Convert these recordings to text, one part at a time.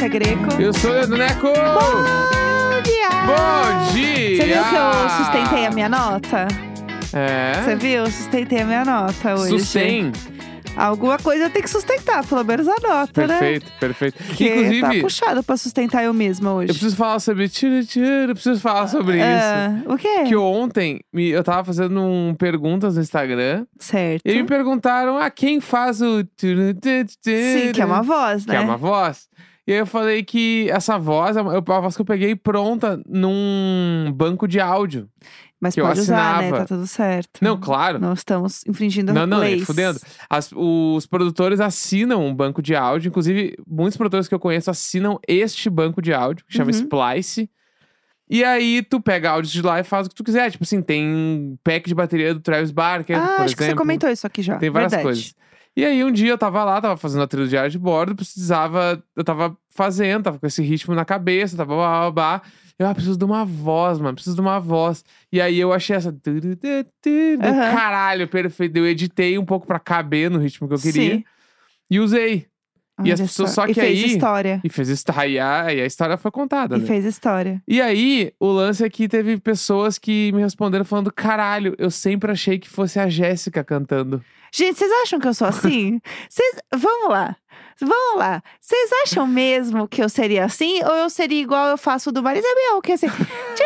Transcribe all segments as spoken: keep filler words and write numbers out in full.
Letícia Greco. Eu sou o Leandro Neco! Bom dia! Bom dia! Você viu que eu sustentei a minha nota? É? Você viu? Eu sustentei a minha nota hoje. Sustém. Alguma coisa eu tenho que sustentar, pelo menos a nota, Perfeito, né? perfeito. Porque Inclusive, tá puxado pra sustentar eu mesma hoje. eu preciso falar sobre tira, tira, eu preciso falar sobre isso. Ah, o quê? Que ontem me- eu tava fazendo um perguntas no Instagram Certo. e me perguntaram a quem faz o tira, tira, tira, Sim, que é uma voz, né? que é uma voz. E aí eu falei que essa voz é uma, é uma voz que eu peguei pronta num banco de áudio. Mas que eu pode usar, né? assinava. Tá tudo certo. Não, claro. Não estamos infringindo Não, não, nem leis. fudendo. As- os produtores assinam um banco de áudio. Inclusive, muitos produtores que eu conheço assinam este banco de áudio, que chama Uhum. Splice. E aí, tu pega áudios de lá e faz o que tu quiser. Tipo assim, tem pack de bateria do Travis Barker, Ah, por acho exemplo. que você comentou isso aqui já. Tem várias Verdade. coisas. E aí, um dia eu tava lá, tava fazendo a trilha diária de bordo, precisava... Eu tava fazendo, tava com esse ritmo na cabeça, tava blá, blá, blá. Eu, ah, preciso de uma voz, mano, preciso de uma voz. E aí, eu achei essa... Aham. Caralho, perfeito. Eu editei um pouco pra caber no ritmo que eu queria. Sim. E usei. E as Olha pessoas- só. só E que fez aí- história. E fez isso. Aí a, aí a história foi contada, E né? fez história. E aí, o lance é que teve pessoas que me responderam falando: caralho, eu sempre achei que fosse a Jéssica cantando. Gente, vocês acham que eu sou assim? Vocês... Vamos lá. Vamos lá. Vocês acham mesmo que eu seria assim? Ou eu seria igual eu faço do Marisa Biel, que é assim...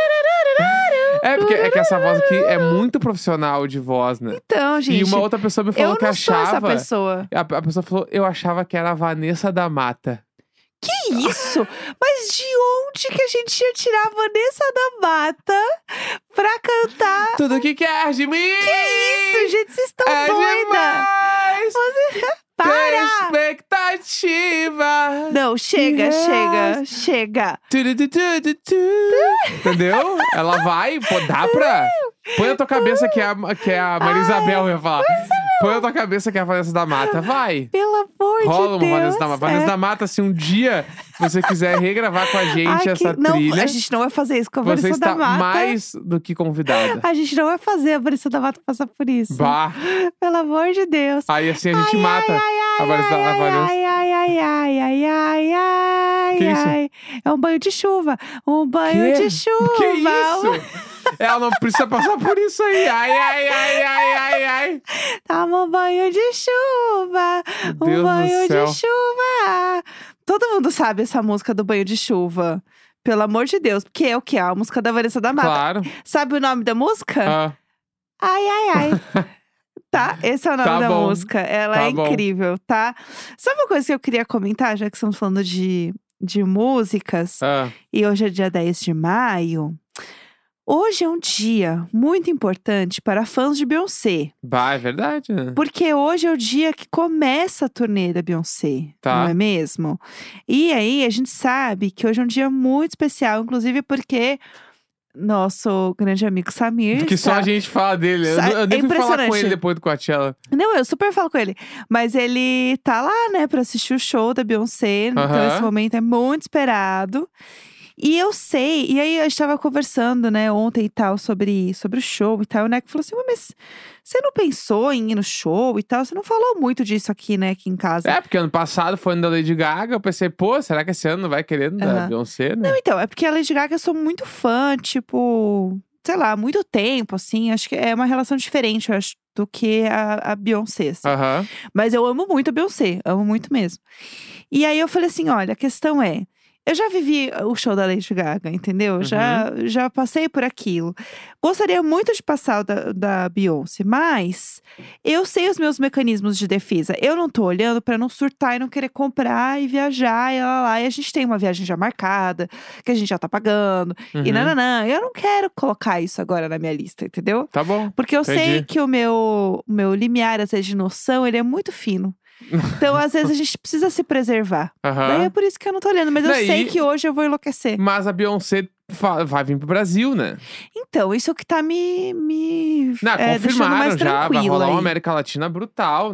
É, porque é que essa voz aqui é muito profissional de voz, né? Então, gente... E uma outra pessoa me falou eu que não sou essa achava. pessoa. A, a pessoa falou: eu achava que era a Vanessa da Mata. Que isso? Mas de onde que a gente ia tirar a Vanessa da Mata pra cantar? Tudo que quer de mim! Que isso, gente? Vocês estão É doida? demais! Para! Expectativa! Não, chega, Yes. chega, chega. Tu, tu, tu, tu, tu. Entendeu? Ela vai, pô, dá pra. Põe a tua cabeça que é a, que é a Maria Isabel, eu ia falar. Põe a tua cabeça que é a Vanessa da Mata, vai. Pelo amor Rola de uma Deus. Vanessa da Mata. Vanessa é. da Mata, se um dia você quiser regravar com a gente Ai, que- essa não, trilha, a gente não vai fazer isso com a você Vanessa está da Mata. mais do que convidada. A gente não vai fazer a Vanessa da Mata passar por isso. Bah. Pelo amor de Deus. Aí assim a gente Ai, mata ai, ai, a Vanessa da ai, a Vanessa. ai, ai, ai, ai, ai, ai, ai, Que isso? ai. É um banho de chuva. Um banho Que? de chuva. Que isso? Ela não precisa passar por isso aí. Ai, ai, ai, ai, ai, ai. Toma um banho de chuva. Meu Um Deus banho do céu. de chuva. Todo mundo sabe essa música do banho de chuva. Pelo amor de Deus. Porque é o que? A música da Vanessa da Mata. Claro. Sabe o nome da música? Ah, Ai, ai, ai. Tá? Esse é o nome Tá da bom. música. Ela Tá é bom. incrível, tá? Sabe uma coisa que eu queria comentar, já que estamos falando de, de músicas? ah. E hoje é dia dez de maio. Hoje é um dia muito importante para fãs de Beyoncé. Bah, é verdade, né? Porque hoje é o dia que começa a turnê da Beyoncé, Tá. não é mesmo? E aí, a gente sabe que hoje é um dia muito especial, inclusive porque nosso grande amigo Samir... Que só tá- a gente fala dele. Eu, Sa- eu é nem fui falar com impressionante. ele depois do Coachella. Não, eu super falo com ele. Mas ele tá lá, né, pra assistir o show da Beyoncé. Então, Aham. esse momento é muito esperado. E eu sei, e aí a gente tava conversando, né, ontem e tal, sobre, sobre o show e tal. O Neco falou assim, mas você não pensou em ir no show e tal? Você não falou muito disso aqui, né, aqui em casa. É, porque ano passado foi no da Lady Gaga. Eu pensei, pô, será que esse ano não vai querer no da Aham. Beyoncé, né? Não, então, é porque a Lady Gaga eu sou muito fã, tipo, sei lá, há muito tempo, assim. Acho que é uma relação diferente, eu acho, do que a, a Beyoncé, assim. Aham. Mas eu amo muito a Beyoncé, amo muito mesmo. E aí eu falei assim, olha, a questão é, eu já vivi o show da Lady Gaga, entendeu? Uhum. Já, já passei por aquilo. Gostaria muito de passar o da, da Beyoncé, mas eu sei os meus mecanismos de defesa. Eu não tô olhando pra não surtar e não querer comprar e viajar e lá, lá, lá. E a gente tem uma viagem já marcada, que a gente já tá pagando. E Uhum. nananã. Eu não quero colocar isso agora na minha lista, entendeu? Tá bom. Porque eu sei Entendi. que o meu, o meu limiar, às vezes, de noção, ele é muito fino. Então, às vezes, a gente precisa se preservar. Aham. Daí é por isso que eu não tô olhando. Mas eu Daí- sei que hoje eu vou enlouquecer. Mas a Beyoncé fa- vai vir pro Brasil, né? Então, isso que tá me, me Não, é, deixando mais confirmaram já. Vai tranquila rolar uma aí. América Latina brutal, né?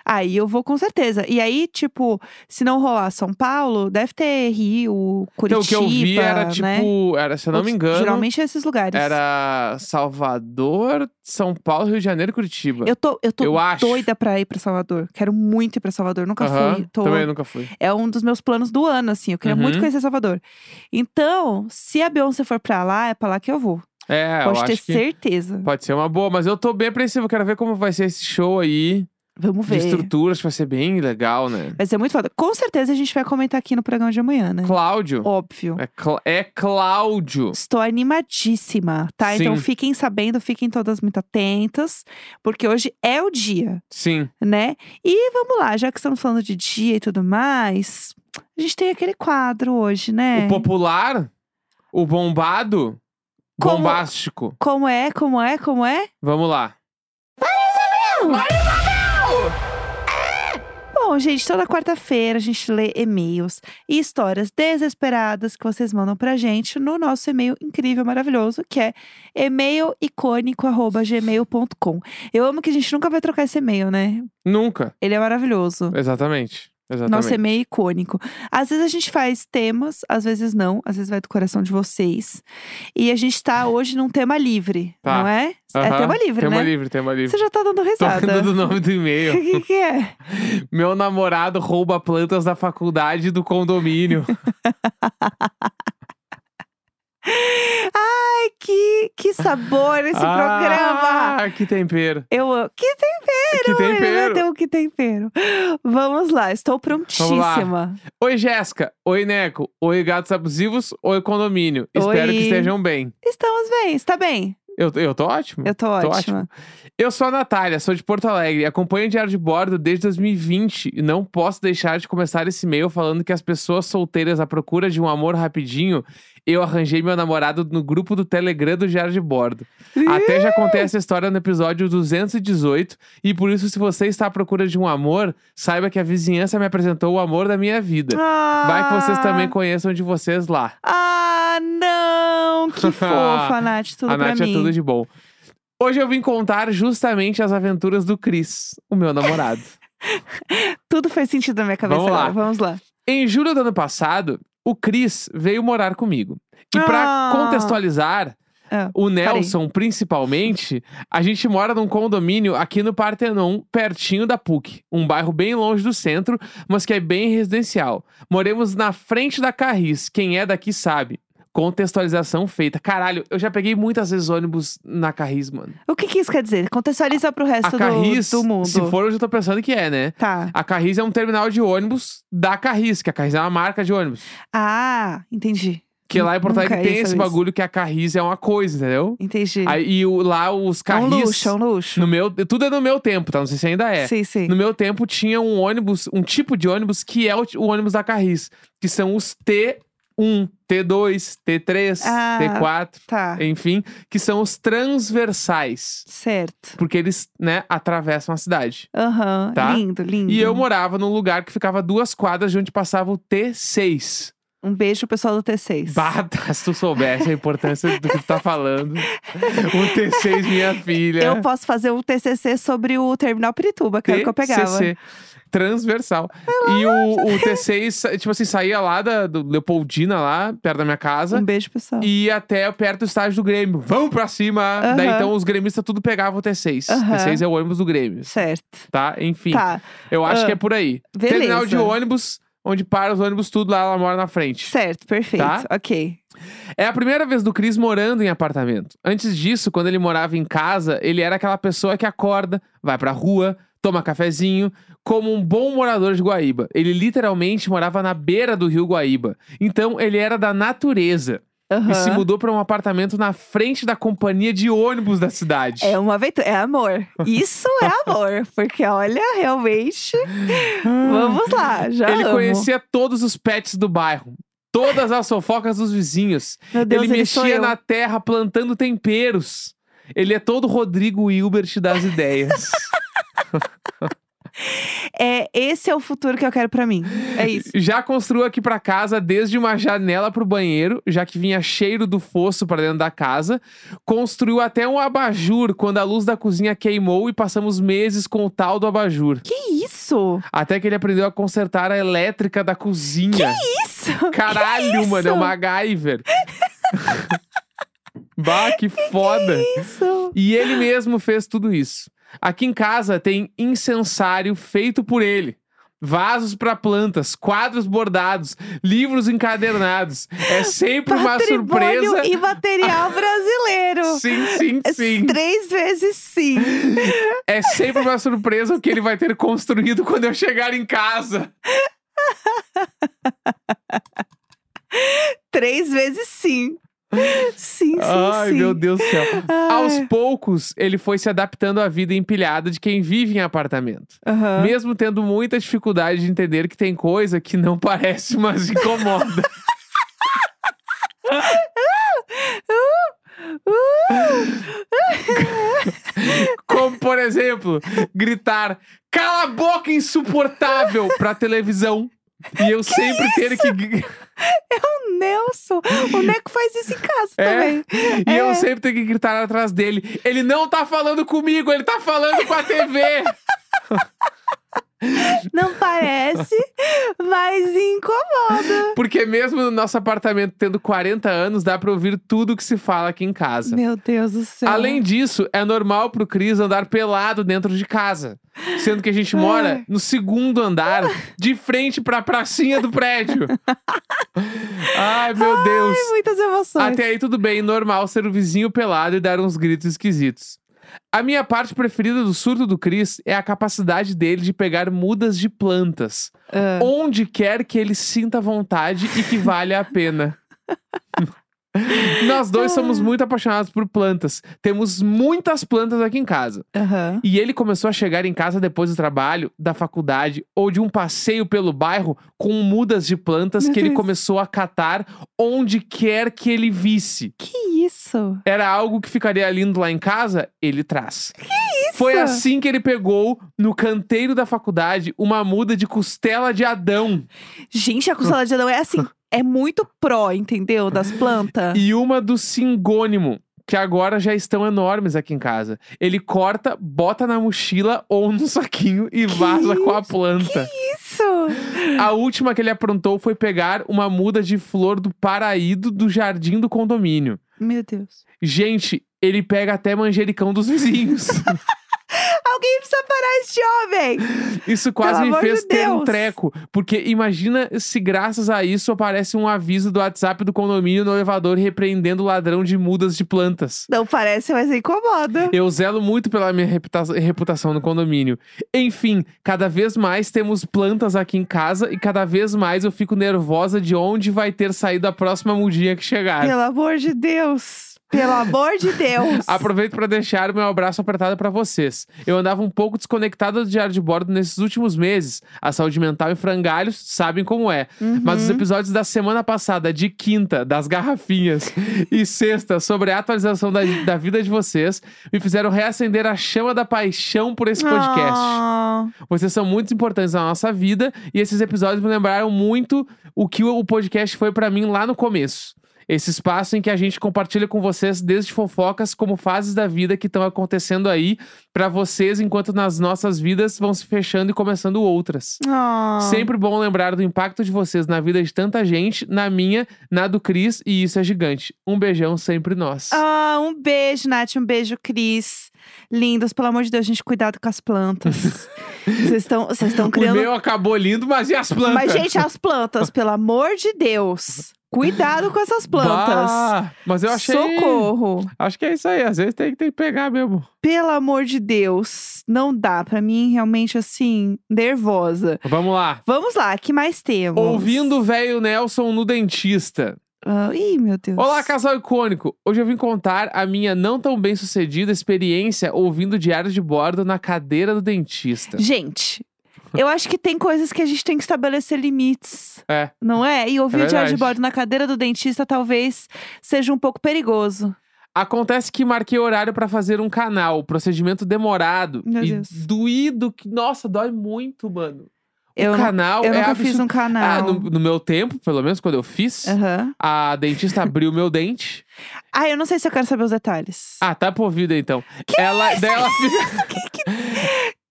Aí eu vou com certeza. E aí, tipo, se não rolar São Paulo, deve ter Rio, Curitiba, Então, o que eu vi era, né? tipo, era, se eu não me Outros- engano, Geralmente é esses lugares. era Salvador, São Paulo, Rio de Janeiro e Curitiba. Eu tô, eu tô Eu acho. doida pra ir pra Salvador. Quero muito ir pra Salvador. Nunca Aham, fui. Tô... Também nunca fui. É um dos meus planos do ano, assim. Eu queria muito Uhum. conhecer Salvador. Então, se a Beyoncé for pra lá, é pra lá que eu vou. É, Pode eu ter acho que certeza. pode ser uma boa, mas eu tô bem apreensivo. Quero ver como vai ser esse show aí. Vamos De ver. estrutura, acho que vai ser bem legal, né? Vai ser muito foda. Com certeza a gente vai comentar aqui no programa de amanhã, né? Cláudio. Óbvio. É, Clá- é Cláudio. Estou animadíssima, tá? Então Sim. fiquem sabendo, fiquem todas muito atentas, porque hoje é o dia, Sim. né? E vamos lá, já que estamos falando de dia e tudo mais, a gente tem aquele quadro hoje, né? O popular, o bombado, Como- bombástico. Como é, como é, como é? Vamos lá. Bom, gente, toda quarta-feira a gente lê e-mails e histórias desesperadas que vocês mandam pra gente no nosso e-mail incrível, maravilhoso, que é e-mail icônico arroba gmail ponto com. Eu amo que a gente nunca vai trocar esse e-mail, né? Nunca. Ele é maravilhoso. Exatamente. Exatamente. Nosso e-mail icônico. Às vezes a gente faz temas, às vezes não. Às vezes vai do coração de vocês. E a gente tá hoje num tema livre, Tá. não é? É Aham. tema livre, tema né? livre, tema livre. Você já tá dando Tô risada. vendo o nome do O e-mail. que, que é? Meu namorado rouba plantas da faculdade e do condomínio. Ai, que, que sabor esse programa! Ah, que tempero. Eu amo. Que tempero! Que Ele vai tempero. ter um que tempero. Vamos lá, estou prontíssima. Oi, Jéssica. Oi, Neco. Oi, gatos abusivos. Oi, condomínio. Espero Oi. que estejam bem. Estamos bem, está bem? Eu, eu tô ótimo. Eu tô Tô ótima. Eu sou a Natália, sou de Porto Alegre. Acompanho o Diário de Bordo desde dois mil e vinte e não posso deixar de começar esse e-mail falando que as pessoas solteiras à procura de um amor rapidinho, eu arranjei meu namorado no grupo do Telegram do Diário de Bordo. Até já contei essa história no episódio duzentos e dezoito e por isso, se você está à procura de um amor, saiba que a vizinhança me apresentou o amor da minha vida. Ah, Vai que vocês também conheçam de vocês lá. Ah, não! Que fofa, Nath. Tudo A pra Nath mim. é tudo de bom. Hoje eu vim contar justamente as aventuras do Chris, o meu namorado. Tudo faz sentido na minha cabeça Vamos lá. agora. Vamos lá. Em julho do ano passado, o Chris veio morar comigo. E pra Ah. contextualizar, Ah, o Nelson, principalmente, a gente mora num condomínio aqui no Partenon, pertinho da P U C. Um bairro bem longe do centro, mas que é bem residencial. Moremos na frente da Carris. Quem é daqui sabe. Contextualização feita. Caralho, eu já peguei muitas vezes ônibus na Carris, mano. O que, que isso quer dizer? Contextualiza pro A resto do, Carris, do mundo. se for, eu já tô pensando que é, né? Tá. A Carris é um terminal de ônibus da Carris, que a Carris é uma marca de ônibus. Ah, entendi. Que lá em Porto Nunca Alegre tem ia esse saber isso. bagulho que a Carris é uma coisa, entendeu? Entendi. Aí, e o- lá os é um Carris... luxo, é um luxo. No meu, tudo é no meu tempo, tá? Não sei se ainda é. Sim, sim. No meu tempo tinha um ônibus, um tipo de ônibus que é o, o ônibus da Carris. Que são os T um, T dois, T três, Ah, T quatro, Tá, enfim. Que são os transversais. certo. Porque eles, né, atravessam a cidade. Aham, Tá? lindo, lindo. E eu morava num lugar que ficava duas quadras de onde passava o T seis. Um beijo pro pessoal do T seis. Bata, se tu soubesse a importância do que tu tá falando. O T seis, minha filha. Eu posso fazer um T C C sobre o Terminal Pirituba, que era o que eu pegava. T C C. Transversal. E o, o T seis, tipo assim, saía lá da, do Leopoldina, lá, perto da minha casa. Um beijo, pessoal. E ia até perto do estádio do Grêmio. Vamos pra cima! Aham. Daí então os gremistas tudo pegavam o T seis. Aham. T seis é o ônibus do Grêmio. Certo. Tá? Enfim. Tá, Eu acho Ah. que é por aí. Beleza. Terminal de ônibus, onde para os ônibus, tudo lá, ela mora na frente. certo, perfeito. Tá? Ok. É a primeira vez do Chris morando em apartamento. Antes disso, quando ele morava em casa, ele era aquela pessoa que acorda, vai pra rua, toma cafezinho, como um bom morador de Guaíba. Ele literalmente morava na beira do rio Guaíba. Então, ele era da natureza. Aham. E se mudou pra um apartamento na frente da companhia de ônibus da cidade. É uma aventura, é amor. Isso é amor, porque olha, realmente. Vamos lá, já Ele amo. conhecia todos os pets do bairro. Todas as fofocas dos vizinhos. Meu Deus, ele ele sou mexia eu. na terra plantando temperos. Ele é todo Rodrigo Hilbert das ideias. É, esse é o futuro que eu quero pra mim. É isso. Já construiu aqui pra casa desde uma janela pro banheiro, já que vinha cheiro do fosso pra dentro da casa. Construiu até um abajur quando a luz da cozinha queimou e passamos meses com o tal do abajur. Que isso? isso? Até que ele aprendeu a consertar a elétrica da cozinha. Isso? Caralho, que mano, é isso? o MacGyver. Bah, que foda. Que isso? E ele mesmo fez tudo isso. Aqui em casa tem incensário feito por ele. Vasos para plantas, quadros bordados, livros encadernados. É sempre uma Patrimônio surpresa. imaterial brasileiro. Sim, sim, sim. Três vezes sim. É sempre uma surpresa o que ele vai ter construído quando eu chegar em casa. Três vezes sim. Sim, sim, Ai, sim. meu Deus do céu. Ai. Aos poucos, ele foi se adaptando à vida empilhada de quem vive em apartamento. Aham. Mesmo tendo muita dificuldade de entender que tem coisa que não parece, mas incomoda. Como, por exemplo, gritar "cala a boca, insuportável" pra televisão. E eu sempre ter que... O Nelson. O Neco faz isso em casa É, também. e É. eu sempre tenho que gritar atrás dele. Ele não tá falando comigo, ele tá falando com a T V. Não parece, mas incomoda. Porque mesmo no nosso apartamento tendo quarenta anos, dá pra ouvir tudo que se fala aqui em casa. Meu Deus do céu. Além disso, é normal pro Cris andar pelado dentro de casa. Sendo que a gente mora Ai. no segundo andar, de frente pra pracinha do prédio. Ai, meu Deus. Ai, muitas emoções. Até aí tudo bem, normal ser o vizinho pelado e dar uns gritos esquisitos. A minha parte preferida do surto do Cris é a capacidade dele de pegar mudas de plantas. Ah. Onde quer que ele sinta vontade e que valha a pena. Nós dois somos muito apaixonados por plantas. Temos muitas plantas aqui em casa. Aham. E ele começou a chegar em casa depois do trabalho, da faculdade ou de um passeio pelo bairro com mudas de plantas Meu que ele Deus. começou a catar onde quer que ele visse. Que isso? Era algo que ficaria lindo lá em casa, ele traz. Isso? Foi assim que ele pegou, no canteiro da faculdade, uma muda de costela de Adão. Gente, a costela de Adão é assim, é muito pró, entendeu? Das plantas. E uma do Singônimo, que agora já estão enormes aqui em casa. Ele corta, bota na mochila ou no saquinho e vaza com a planta. Isso! A última que ele aprontou foi pegar uma muda de flor do paraíso do jardim do condomínio. Meu Deus. Gente, ele pega até manjericão dos vizinhos. Alguém precisa parar esse homem! Isso quase Pelo me amor fez de ter um Deus. treco. Porque imagina se graças a isso aparece um aviso do WhatsApp do condomínio no elevador repreendendo o ladrão de mudas de plantas. Não parece, mas incomoda. Eu zelo muito pela minha reputa- reputação no condomínio. Enfim, cada vez mais temos plantas aqui em casa e cada vez mais eu fico nervosa de onde vai ter saído a próxima mudinha que chegar. Pelo amor de Deus. Pelo amor de Deus. Aproveito para deixar o meu abraço apertado para vocês. Eu andava um pouco desconectada do diário de bordo nesses últimos meses. A saúde mental em frangalhos sabem como é. Uhum. Mas os episódios da semana passada, de quinta, das garrafinhas, e sexta, sobre a atualização da, da vida de vocês, me fizeram reacender a chama da paixão por esse podcast. Ah. Vocês são muito importantes na nossa vida e esses episódios me lembraram muito o que o podcast foi pra mim lá no começo. Esse espaço em que a gente compartilha com vocês desde fofocas como fases da vida que estão acontecendo aí pra vocês, enquanto nas nossas vidas vão se fechando e começando outras. Ah. Sempre bom lembrar do impacto de vocês na vida de tanta gente, na minha, na do Cris, e isso é gigante. Um beijão sempre nós. Ah, um beijo, Nath. Um beijo, Cris. Lindos, pelo amor de Deus, gente, cuidado com as plantas. Vocês estão vocês estão O criando. meu acabou lindo, mas e as plantas? Mas, gente, as plantas, pelo amor de Deus. Cuidado com essas plantas. Bah, mas eu achei... Socorro. Acho que é isso aí, às vezes tem, tem que pegar mesmo. Pelo amor de Deus. Não dá. Pra mim, realmente, assim, nervosa. Vamos lá. Vamos lá, que mais temos? Ouvindo o velho Nelson no dentista. Ah, ih, meu Deus. Olá, casal icônico! Hoje eu vim contar a minha não tão bem sucedida experiência ouvindo diário de bordo na cadeira do dentista. Gente, eu acho que tem coisas que a gente tem que estabelecer limites, É. não é? E ouvir É o diário de verdade. bordo na cadeira do dentista talvez seja um pouco perigoso. Acontece que marquei horário pra fazer um canal, procedimento demorado Meu e Deus. doído. Que, nossa, dói muito, mano. Eu, o nu- canal eu é nunca absurdo. fiz um Ah, canal. no, no meu tempo, pelo menos quando eu fiz, Aham. a dentista abriu meu dente. Ah, eu não sei se eu quero saber os detalhes. Ah, tá por vida então. Ela, daí ela fica...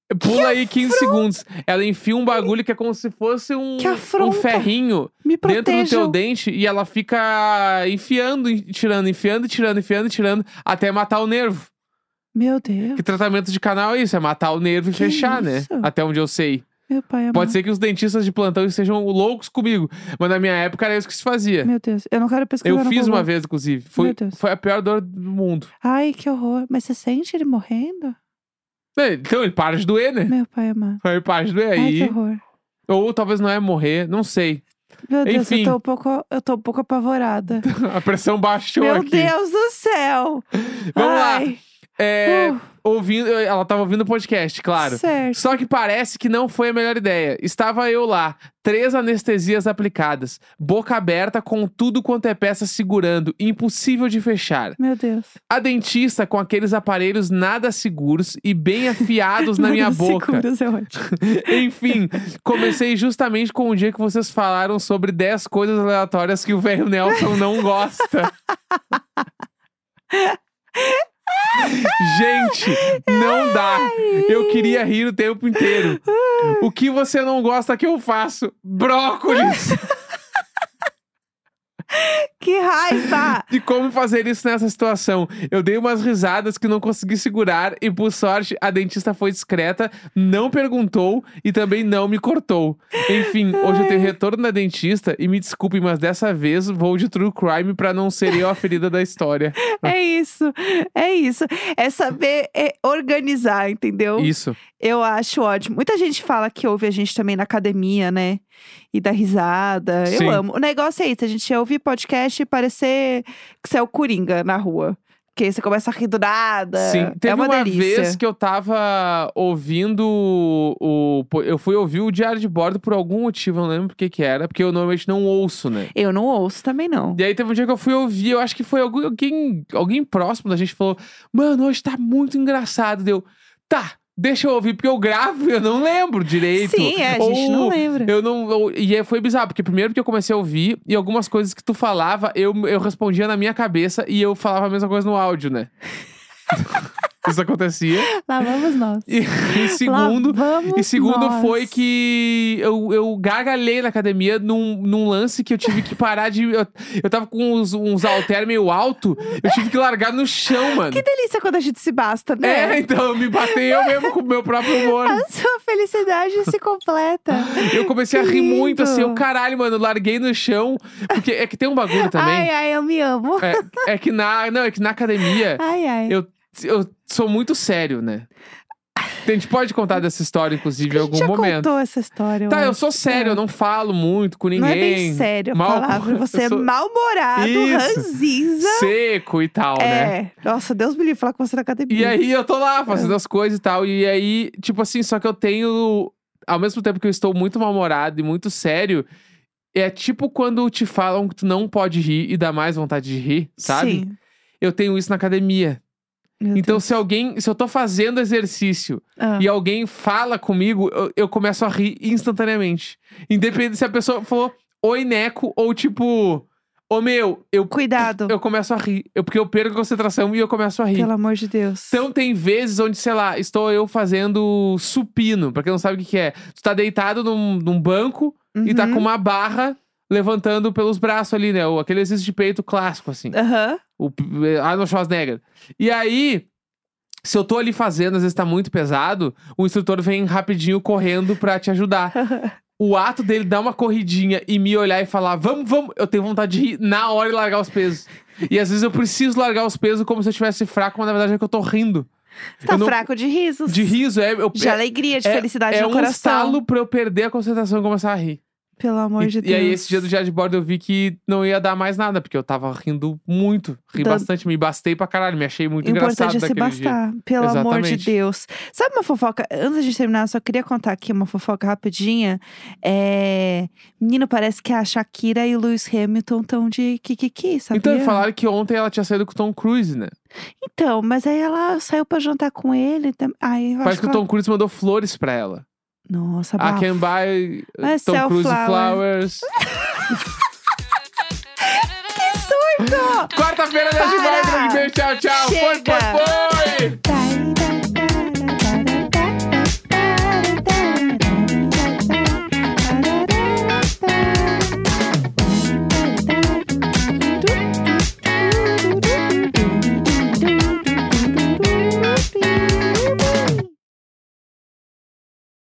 Pula aí quinze segundos. Ela enfia um bagulho que é como se fosse um, Que um afronta. ferrinho Me dentro do teu protejam. dente e ela fica enfiando e tirando, enfiando e tirando, enfiando e tirando até matar o nervo. Meu Deus. Que tratamento de canal é isso? É matar o nervo e Que fechar, isso? né? Até onde eu sei. Meu pai amado. Pode ser que os dentistas de plantão estejam loucos comigo, mas na minha época era isso que se fazia. Meu Deus. Eu não quero pesquisar Eu no fiz Google. uma vez, inclusive. Foi, Meu Deus. foi a pior dor do mundo. Ai, que horror. Mas você sente ele morrendo? É, Então ele para de doer, né? Meu pai amado. Ele para de doer Ai, aí. que horror. Ou talvez não é morrer, não sei. Meu Deus, Enfim. eu tô um pouco, eu tô um pouco apavorada. A pressão baixou Meu aqui. Deus do céu. Vamos lá. Ai. É, Uh. ouvindo, ela tava ouvindo o podcast, claro. Certo. Só que parece que não foi a melhor ideia. Estava eu lá, três anestesias aplicadas, boca aberta com tudo quanto é peça segurando, impossível de fechar. Meu Deus. A dentista com aqueles aparelhos nada seguros e bem afiados na minha Nada boca. seguros, é ótimo. Enfim, comecei justamente com o dia que vocês falaram sobre dez coisas aleatórias que o velho Nelson não gosta. Gente, não dá. Eu queria rir o tempo inteiro. O que você não gosta que eu faço? Brócolis! Que raiva! E como fazer isso nessa situação? Eu dei umas risadas que não consegui segurar e, por sorte, a dentista foi discreta, não perguntou e também não me cortou. Enfim, hoje eu tenho retorno na dentista e me desculpe, mas dessa vez vou de true crime pra não ser eu a ferida da história. É isso, é isso. É saber é, organizar, entendeu? Isso. Eu acho ótimo. Muita gente fala que ouve a gente também na academia, né? E dá risada. Sim. Eu amo. O negócio é isso, a gente ouve podcast e parecer que você é o Coringa na rua. Porque você começa a rir do nada. Sim, teve é uma, uma delícia. vez que eu tava ouvindo o, o- Eu fui ouvir o Diário de Bordo por algum motivo, eu não lembro por que que era, porque eu normalmente não ouço, né? Eu não ouço também, não. E aí teve um dia que eu fui ouvir, eu acho que foi algum- alguém, alguém próximo da gente falou: Mano, hoje tá muito engraçado. Deu, tá, deixa eu ouvir, porque eu gravo e eu não lembro direito. Sim, é, a gente não Ou lembra. Eu não. eu- e aí foi bizarro, porque primeiro que eu comecei a ouvir e algumas coisas que tu falava, eu, eu respondia na minha cabeça e eu falava a mesma coisa no áudio, né? Isso acontecia. Lá vamos nós. E, e segundo. Lá vamos E segundo nós. foi que eu, eu gargalhei na academia num, num lance que eu tive que parar de. Eu, eu tava com uns, uns halter meio alto, eu tive que largar no chão, mano. Que delícia quando a gente se basta, né? É, então eu me batei eu mesmo com o meu próprio humor. A sua felicidade se completa. Eu comecei a Que rir muito, assim, eu, lindo. caralho, mano, larguei no chão. Porque é que tem um bagulho também. Ai, ai, eu me amo. É, é que na. Não, é que na academia Ai, ai. eu, eu sou muito sério, né? A gente pode contar dessa história, inclusive, em A gente algum já momento. contou essa história. Tá, eu acho. sou sério, É. eu não falo muito com ninguém. Não é bem sério a Mal- palavra. Você eu é sou mal-humorado, Isso. ranzinza. seco e tal, né? É. Nossa, Deus me livre falar com você na academia. E aí eu tô lá fazendo É. as coisas e tal. E aí, tipo assim, só que eu tenho. Ao mesmo tempo que eu estou muito mal-humorado e muito sério, é tipo quando te falam que tu não pode rir e dá mais vontade de rir, sabe? Sim. Eu tenho isso na academia. Meu Então, Deus. se alguém. Se eu tô fazendo exercício Ah. e alguém fala comigo, eu, eu começo a rir instantaneamente. Independente se a pessoa falou oi, Neco, ou tipo, ô meu, eu, Cuidado. eu começo a rir. Eu, porque eu perco a concentração e eu começo a rir. Pelo amor de Deus. Então tem vezes onde, sei lá, estou eu fazendo supino. Pra quem não sabe o que, que é. Tu tá deitado num, num banco e tá Uhum. com uma barra levantando pelos braços ali, né? O- Aquele exercício de peito clássico, assim. Aham. O P- Arnold Schwarzenegger. E aí, se eu tô ali fazendo, às vezes tá muito pesado, o instrutor vem rapidinho correndo pra te ajudar. O ato dele dar uma corridinha e me olhar e falar, vamos, vamos, eu tenho vontade de rir na hora e largar os pesos. E às vezes eu preciso largar os pesos como se eu estivesse fraco, mas na verdade é que eu tô rindo. Você tá Eu não- fraco de risos. De riso, é. Eu, De é, alegria, de é- felicidade é no um coração. estalo pra eu perder a concentração e começar a rir. Pelo amor E, de e Deus. aí, esse dia do diário de bordo, eu vi que não ia dar mais nada, porque eu tava rindo muito. Ri Da- bastante, me bastei pra caralho, me achei muito O engraçado importante é se daquele dia. bastar. Pelo amor de Exatamente. Deus. Sabe uma fofoca? Antes de terminar, eu só queria contar aqui uma fofoca rapidinha. É... Menino, parece que a Shakira e o Lewis Hamilton estão de kikiki, sabia? Então, falaram que ontem ela tinha saído com o Tom Cruise, né? Então, mas aí ela saiu pra jantar com ele. tam- Ai, eu Parece acho que o ela- Tom Cruise mandou flores pra ela. Nossa, I bafo. can buy uh, É Tom Cruise Cellflower. flowers. Que surto! Quarta-feira, dez de Para! maio, grande beijo, tchau, tchau. Foi, Chega! foi, foi! Bye.